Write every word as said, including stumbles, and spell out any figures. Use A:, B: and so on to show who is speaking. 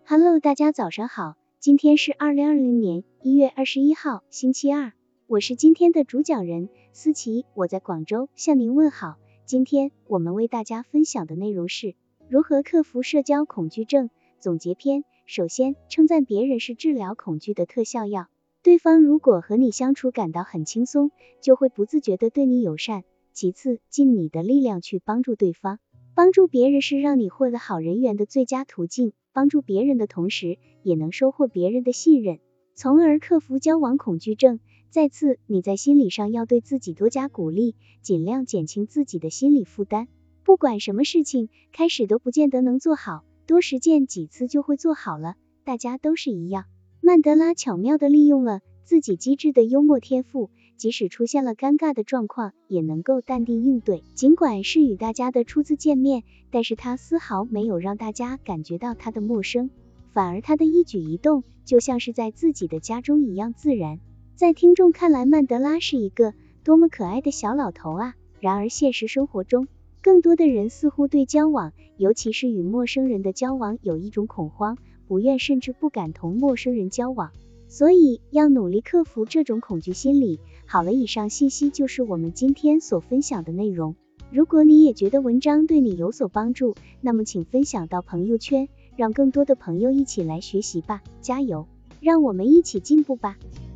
A: Hello， 大家早上好，今天是二零二零年一月二十一号，星期二，我是今天的主讲人思琪，我在广州向您问好。今天我们为大家分享的内容是如何克服社交恐惧症总结篇。首先，称赞别人是治疗恐惧的特效药。对方如果和你相处感到很轻松，就会不自觉地对你友善。其次，尽你的力量去帮助对方。帮助别人是让你获得好人缘的最佳途径，帮助别人的同时，也能收获别人的信任，从而克服交往恐惧症。再次，你在心理上要对自己多加鼓励，尽量减轻自己的心理负担。不管什么事情，开始都不见得能做好，多实践几次就会做好了，大家都是一样。曼德拉巧妙地利用了自己机智的幽默天赋，即使出现了尴尬的状况，也能够淡定应对。尽管是与大家的初次见面，但是他丝毫没有让大家感觉到他的陌生，反而他的一举一动就像是在自己的家中一样自然。在听众看来，曼德拉是一个多么可爱的小老头啊！然而现实生活中，更多的人似乎对交往，尤其是与陌生人的交往有一种恐慌，不愿甚至不敢同陌生人交往。所以要努力克服这种恐惧心理。好了，以上信息就是我们今天所分享的内容。如果你也觉得文章对你有所帮助，那么请分享到朋友圈，让更多的朋友一起来学习吧，加油，让我们一起进步吧。